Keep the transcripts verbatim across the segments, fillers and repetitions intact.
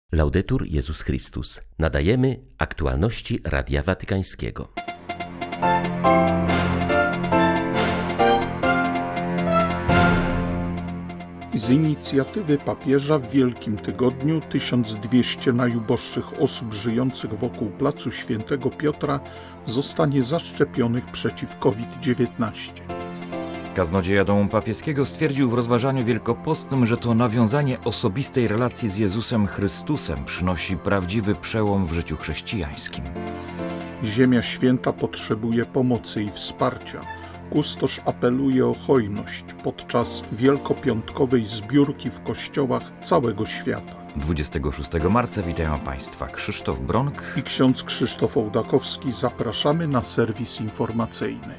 Laudetur Jezus Chrystus. Nadajemy aktualności Radia Watykańskiego. Z inicjatywy papieża w Wielkim Tygodniu tysiąc dwieście najuboższych osób żyjących wokół placu Świętego Piotra zostanie zaszczepionych przeciw kowid dziewiętnaście. Kaznodzieja Domu Papieskiego stwierdził w rozważaniu wielkopostnym, że to nawiązanie osobistej relacji z Jezusem Chrystusem przynosi prawdziwy przełom w życiu chrześcijańskim. Ziemia Święta potrzebuje pomocy i wsparcia. Kustosz apeluje o hojność podczas wielkopiątkowej zbiórki w kościołach całego świata. dwudziestego szóstego marca witają Państwa Krzysztof Bronk i ksiądz Krzysztof Ołdakowski. Zapraszamy na serwis informacyjny.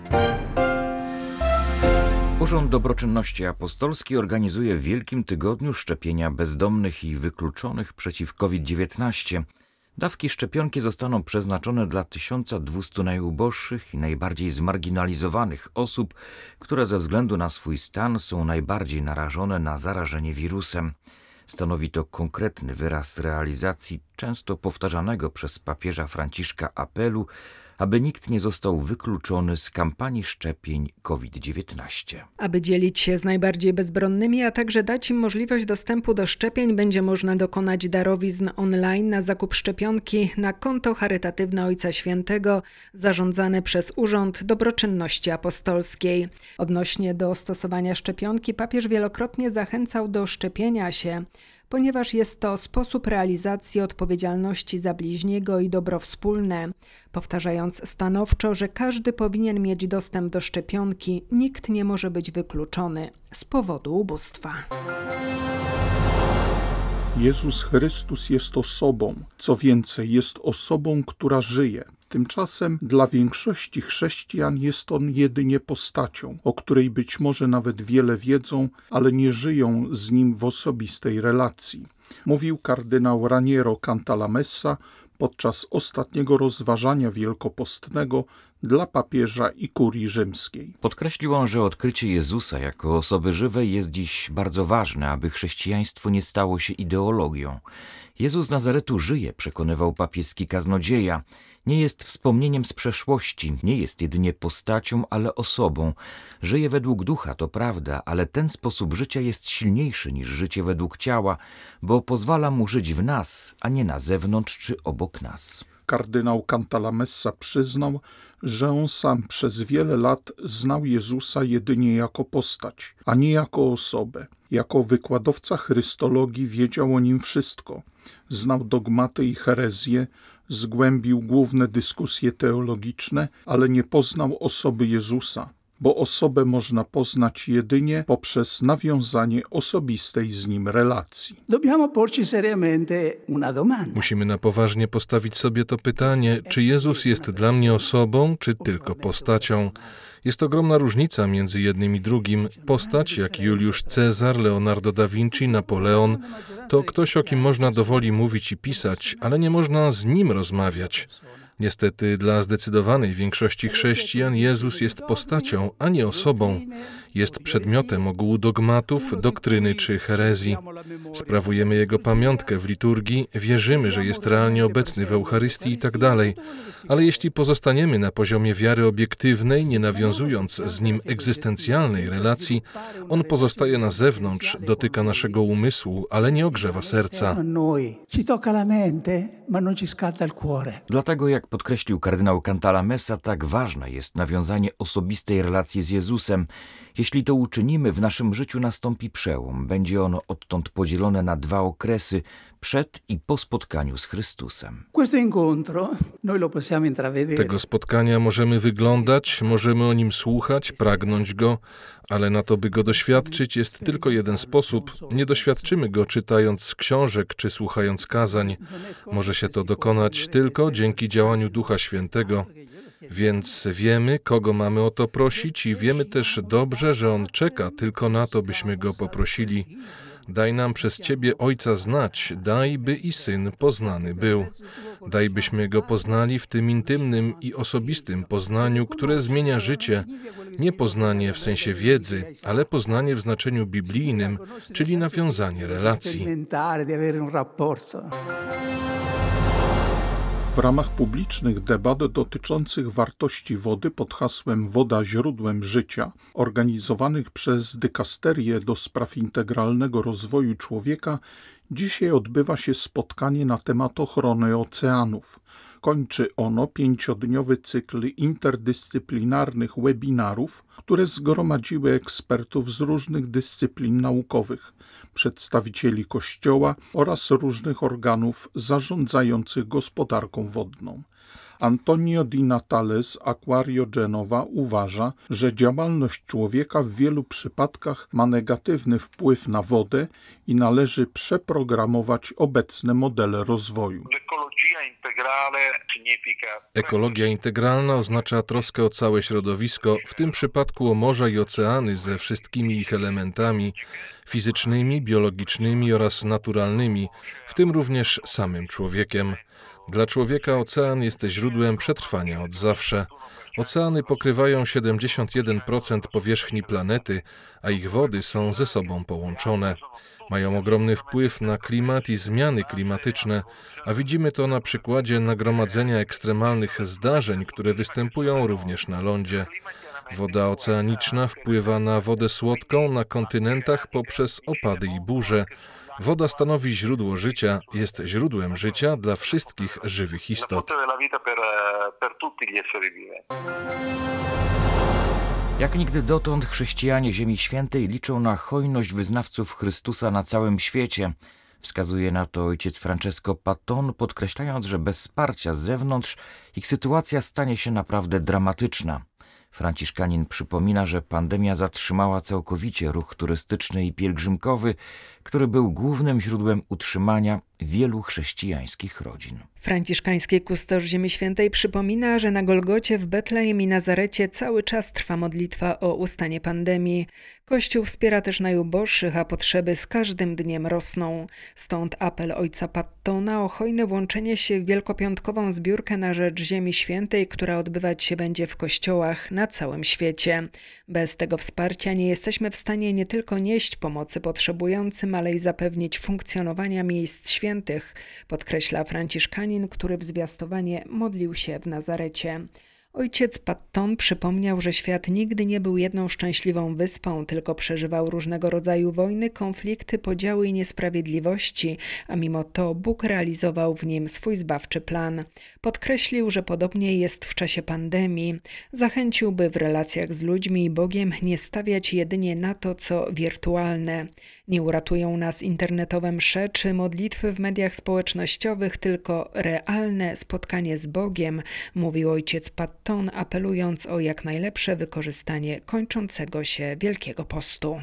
Urząd Dobroczynności Apostolskiej organizuje w Wielkim Tygodniu szczepienia bezdomnych i wykluczonych przeciw kowid dziewiętnaście. Dawki szczepionki zostaną przeznaczone dla tysiąc dwieście najuboższych i najbardziej zmarginalizowanych osób, które ze względu na swój stan są najbardziej narażone na zarażenie wirusem. Stanowi to konkretny wyraz realizacji często powtarzanego przez papieża Franciszka apelu, aby nikt nie został wykluczony z kampanii szczepień kowid dziewiętnaście. Aby dzielić się z najbardziej bezbronnymi, a także dać im możliwość dostępu do szczepień, będzie można dokonać darowizn online na zakup szczepionki na konto charytatywne Ojca Świętego zarządzane przez Urząd Dobroczynności Apostolskiej. Odnośnie do stosowania szczepionki papież wielokrotnie zachęcał do szczepienia się, ponieważ jest to sposób realizacji odpowiedzialności za bliźniego i dobro wspólne, powtarzając stanowczo, że każdy powinien mieć dostęp do szczepionki, nikt nie może być wykluczony z powodu ubóstwa. Jezus Chrystus jest osobą, co więcej, jest osobą, która żyje. Tymczasem dla większości chrześcijan jest on jedynie postacią, o której być może nawet wiele wiedzą, ale nie żyją z nim w osobistej relacji. Mówił kardynał Raniero Cantalamessa podczas ostatniego rozważania wielkopostnego dla papieża i kurii rzymskiej. Podkreślił on, że odkrycie Jezusa jako osoby żywej jest dziś bardzo ważne, aby chrześcijaństwo nie stało się ideologią. Jezus z Nazaretu żyje, przekonywał papieski kaznodzieja. Nie jest wspomnieniem z przeszłości, nie jest jedynie postacią, ale osobą. Żyje według ducha, to prawda, ale ten sposób życia jest silniejszy niż życie według ciała, bo pozwala mu żyć w nas, a nie na zewnątrz czy obok nas. Kardynał Cantalamessa przyznał, że on sam przez wiele lat znał Jezusa jedynie jako postać, a nie jako osobę. Jako wykładowca chrystologii wiedział o nim wszystko. Znał dogmaty i herezje, zgłębił główne dyskusje teologiczne, ale nie poznał osoby Jezusa, bo osobę można poznać jedynie poprzez nawiązanie osobistej z nim relacji. Musimy na poważnie postawić sobie to pytanie, czy Jezus jest dla mnie osobą, czy tylko postacią. Jest ogromna różnica między jednym i drugim. Postać jak Juliusz Cezar, Leonardo da Vinci, Napoleon to ktoś, o kim można dowoli mówić i pisać, ale nie można z nim rozmawiać. Niestety dla zdecydowanej większości chrześcijan Jezus jest postacią, a nie osobą. Jest przedmiotem ogółu dogmatów, doktryny czy herezji. Sprawujemy Jego pamiątkę w liturgii, wierzymy, że jest realnie obecny w Eucharystii i tak dalej. Ale jeśli pozostaniemy na poziomie wiary obiektywnej, nie nawiązując z Nim egzystencjalnej relacji, On pozostaje na zewnątrz, dotyka naszego umysłu, ale nie ogrzewa serca. Dlatego, jak podkreślił kardynał Cantalamessa, tak ważne jest nawiązanie osobistej relacji z Jezusem. Jeśli to uczynimy, w naszym życiu nastąpi przełom. Będzie ono odtąd podzielone na dwa okresy, przed i po spotkaniu z Chrystusem. Tego spotkania możemy wyglądać, możemy o nim słuchać, pragnąć go, ale na to, by go doświadczyć, jest tylko jeden sposób. Nie doświadczymy go czytając książek czy słuchając kazań. Może się to dokonać tylko dzięki działaniu Ducha Świętego. Więc wiemy, kogo mamy o to prosić i wiemy też dobrze, że On czeka tylko na to, byśmy Go poprosili. Daj nam przez Ciebie Ojca znać, daj, by i Syn poznany był. Daj, byśmy Go poznali w tym intymnym i osobistym poznaniu, które zmienia życie. Nie poznanie w sensie wiedzy, ale poznanie w znaczeniu biblijnym, czyli nawiązanie relacji. W ramach publicznych debat dotyczących wartości wody pod hasłem Woda źródłem życia, organizowanych przez Dykasterię do spraw integralnego rozwoju człowieka, dzisiaj odbywa się spotkanie na temat ochrony oceanów. Kończy ono pięciodniowy cykl interdyscyplinarnych webinarów, które zgromadziły ekspertów z różnych dyscyplin naukowych, przedstawicieli Kościoła oraz różnych organów zarządzających gospodarką wodną. Antonio Di Natale z Aquario Genova uważa, że działalność człowieka w wielu przypadkach ma negatywny wpływ na wodę i należy przeprogramować obecne modele rozwoju. Ekologia integralna oznacza troskę o całe środowisko, w tym przypadku o morza i oceany ze wszystkimi ich elementami fizycznymi, biologicznymi oraz naturalnymi, w tym również samym człowiekiem. Dla człowieka ocean jest źródłem przetrwania od zawsze. Oceany pokrywają siedemdziesiąt jeden procent powierzchni planety, a ich wody są ze sobą połączone. Mają ogromny wpływ na klimat i zmiany klimatyczne, a widzimy to na przykładzie nagromadzenia ekstremalnych zdarzeń, które występują również na lądzie. Woda oceaniczna wpływa na wodę słodką na kontynentach poprzez opady i burze. Woda stanowi źródło życia, jest źródłem życia dla wszystkich żywych istot. Jak nigdy dotąd chrześcijanie Ziemi Świętej liczą na hojność wyznawców Chrystusa na całym świecie. Wskazuje na to ojciec Francesco Patton, podkreślając, że bez wsparcia z zewnątrz ich sytuacja stanie się naprawdę dramatyczna. Franciszkanin przypomina, że pandemia zatrzymała całkowicie ruch turystyczny i pielgrzymkowy, który był głównym źródłem utrzymania wielu chrześcijańskich rodzin. Franciszkański kustosz Ziemi Świętej przypomina, że na Golgocie, w Betlejem i Nazarecie cały czas trwa modlitwa o ustanie pandemii. Kościół wspiera też najuboższych, a potrzeby z każdym dniem rosną. Stąd apel ojca Pattona o hojne włączenie się w wielkopiątkową zbiórkę na rzecz Ziemi Świętej, która odbywać się będzie w kościołach na całym świecie. Bez tego wsparcia nie jesteśmy w stanie nie tylko nieść pomocy potrzebującym, ale i zapewnić funkcjonowania miejsc świętych, podkreśla franciszkanin, który w zwiastowanie modlił się w Nazarecie. Ojciec Patton przypomniał, że świat nigdy nie był jedną szczęśliwą wyspą, tylko przeżywał różnego rodzaju wojny, konflikty, podziały i niesprawiedliwości, a mimo to Bóg realizował w nim swój zbawczy plan. Podkreślił, że podobnie jest w czasie pandemii. Zachęcił, by w relacjach z ludźmi i Bogiem nie stawiać jedynie na to, co wirtualne. Nie uratują nas internetowe msze czy modlitwy w mediach społecznościowych, tylko realne spotkanie z Bogiem, mówił ojciec Patton, apelując o jak najlepsze wykorzystanie kończącego się Wielkiego Postu.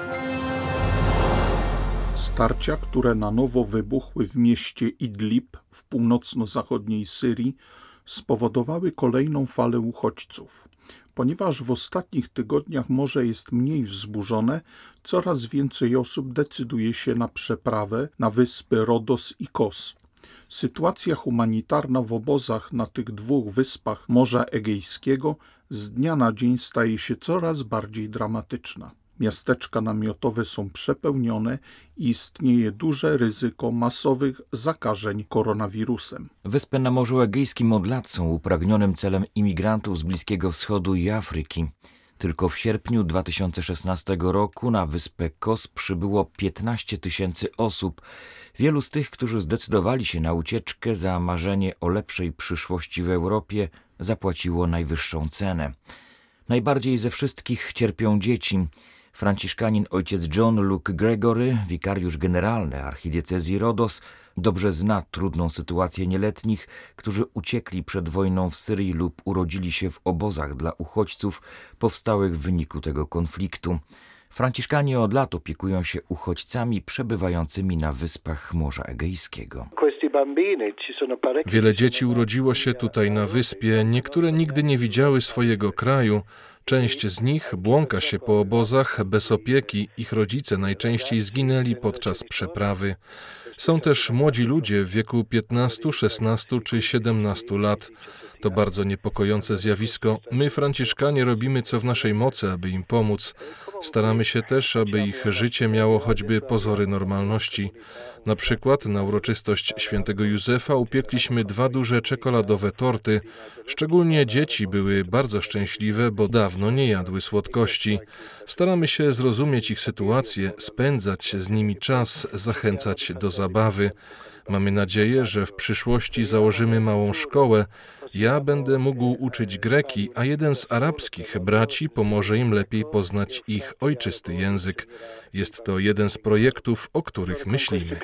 Starcia, które na nowo wybuchły w mieście Idlib w północno-zachodniej Syrii, spowodowały kolejną falę uchodźców. Ponieważ w ostatnich tygodniach morze jest mniej wzburzone, coraz więcej osób decyduje się na przeprawę na wyspy Rodos i Kos. Sytuacja humanitarna w obozach na tych dwóch wyspach Morza Egejskiego z dnia na dzień staje się coraz bardziej dramatyczna. Miasteczka namiotowe są przepełnione i istnieje duże ryzyko masowych zakażeń koronawirusem. Wyspy na Morzu Egejskim od lat są upragnionym celem imigrantów z Bliskiego Wschodu i Afryki. Tylko w sierpniu dwa tysiące szesnastego roku na wyspę Kos przybyło piętnaście tysięcy osób. Wielu z tych, którzy zdecydowali się na ucieczkę za marzenie o lepszej przyszłości w Europie, zapłaciło najwyższą cenę. Najbardziej ze wszystkich cierpią dzieci. Franciszkanin ojciec John Luke Gregory, wikariusz generalny archidiecezji Rodos, dobrze zna trudną sytuację nieletnich, którzy uciekli przed wojną w Syrii lub urodzili się w obozach dla uchodźców powstałych w wyniku tego konfliktu. Franciszkanie od lat opiekują się uchodźcami przebywającymi na wyspach Morza Egejskiego. Wiele dzieci urodziło się tutaj na wyspie, niektóre nigdy nie widziały swojego kraju. Część z nich błąka się po obozach bez opieki, ich rodzice najczęściej zginęli podczas przeprawy. Są też młodzi ludzie w wieku piętnastu, szesnastu czy siedemnastu lat. To bardzo niepokojące zjawisko. My, Franciszkanie, robimy co w naszej mocy, aby im pomóc. Staramy się też, aby ich życie miało choćby pozory normalności. Na przykład na uroczystość świętego Józefa upiekliśmy dwa duże czekoladowe torty. Szczególnie dzieci były bardzo szczęśliwe, bo dawno nie jadły słodkości. Staramy się zrozumieć ich sytuację, spędzać z nimi czas, zachęcać do zabawy. Mamy nadzieję, że w przyszłości założymy małą szkołę. Ja będę mógł uczyć greki, a jeden z arabskich braci pomoże im lepiej poznać ich ojczysty język. Jest to jeden z projektów, o których myślimy.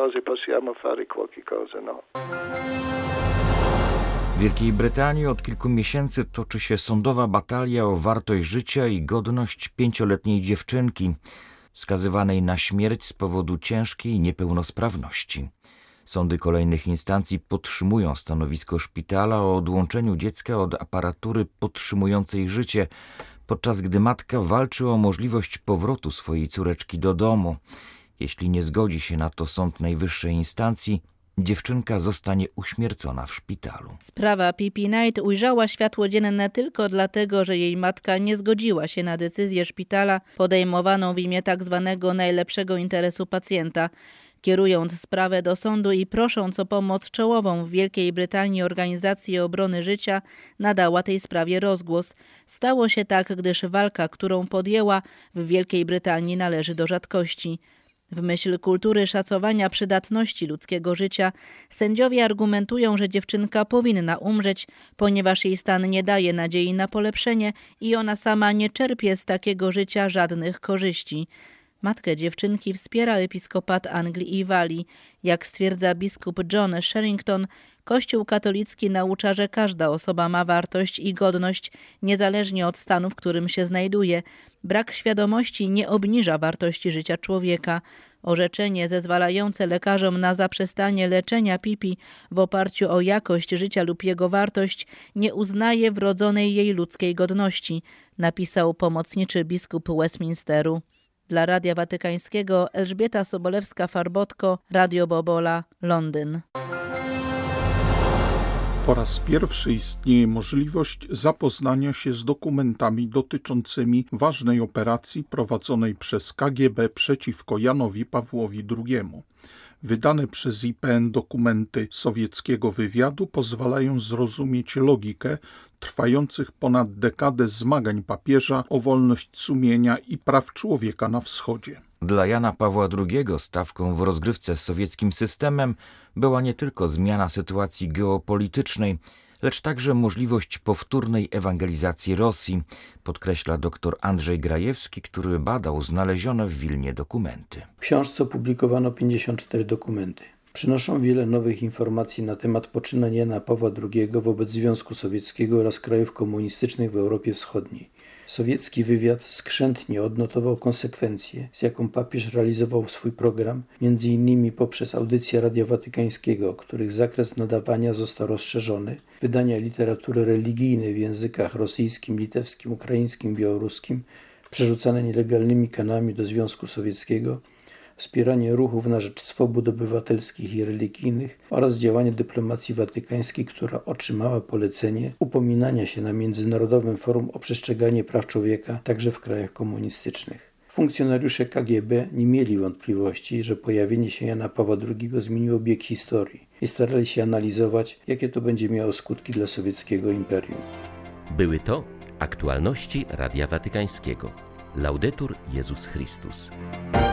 W Wielkiej Brytanii od kilku miesięcy toczy się sądowa batalia o wartość życia i godność pięcioletniej dziewczynki, skazywanej na śmierć z powodu ciężkiej niepełnosprawności. Sądy kolejnych instancji podtrzymują stanowisko szpitala o odłączeniu dziecka od aparatury podtrzymującej życie, podczas gdy matka walczy o możliwość powrotu swojej córeczki do domu. Jeśli nie zgodzi się na to sąd najwyższej instancji, dziewczynka zostanie uśmiercona w szpitalu. Sprawa Pippi Knight ujrzała światło dzienne tylko dlatego, że jej matka nie zgodziła się na decyzję szpitala podejmowaną w imię tak zwanego najlepszego interesu pacjenta. Kierując sprawę do sądu i prosząc o pomoc czołową w Wielkiej Brytanii Organizację Obrony Życia, nadała tej sprawie rozgłos. Stało się tak, gdyż walka, którą podjęła, w Wielkiej Brytanii należy do rzadkości. W myśl kultury szacowania przydatności ludzkiego życia sędziowie argumentują, że dziewczynka powinna umrzeć, ponieważ jej stan nie daje nadziei na polepszenie i ona sama nie czerpie z takiego życia żadnych korzyści. Matkę dziewczynki wspiera episkopat Anglii i Walii. Jak stwierdza biskup John Sherrington, Kościół katolicki naucza, że każda osoba ma wartość i godność, niezależnie od stanu, w którym się znajduje. Brak świadomości nie obniża wartości życia człowieka. Orzeczenie zezwalające lekarzom na zaprzestanie leczenia Pippi w oparciu o jakość życia lub jego wartość nie uznaje wrodzonej jej ludzkiej godności, napisał pomocniczy biskup Westminsteru. Dla Radia Watykańskiego Elżbieta Sobolewska-Farbotko, Radio Bobola, Londyn. Po raz pierwszy istnieje możliwość zapoznania się z dokumentami dotyczącymi ważnej operacji prowadzonej przez K G B przeciwko Janowi Pawłowi drugiemu. Wydane przez I P N dokumenty sowieckiego wywiadu pozwalają zrozumieć logikę trwających ponad dekadę zmagań papieża o wolność sumienia i praw człowieka na wschodzie. Dla Jana Pawła drugiego stawką w rozgrywce z sowieckim systemem była nie tylko zmiana sytuacji geopolitycznej, lecz także możliwość powtórnej ewangelizacji Rosji, podkreśla dr Andrzej Grajewski, który badał znalezione w Wilnie dokumenty. W książce opublikowano pięćdziesiąt cztery dokumenty. Przynoszą wiele nowych informacji na temat poczynań Jana Pawła drugiego wobec Związku Sowieckiego oraz krajów komunistycznych w Europie Wschodniej. Sowiecki wywiad skrzętnie odnotował konsekwencje, z jaką papież realizował swój program, między innymi poprzez audycje Radia Watykańskiego, których zakres nadawania został rozszerzony, wydania literatury religijnej w językach rosyjskim, litewskim, ukraińskim, białoruskim, przerzucane nielegalnymi kanałami do Związku Sowieckiego, wspieranie ruchów na rzecz swobód obywatelskich i religijnych oraz działanie dyplomacji watykańskiej, która otrzymała polecenie upominania się na Międzynarodowym Forum o przestrzeganie praw człowieka także w krajach komunistycznych. Funkcjonariusze K G B nie mieli wątpliwości, że pojawienie się Jana Pawła drugiego zmieniło bieg historii i starali się analizować, jakie to będzie miało skutki dla sowieckiego imperium. Były to aktualności Radia Watykańskiego. Laudetur Jezus Chrystus.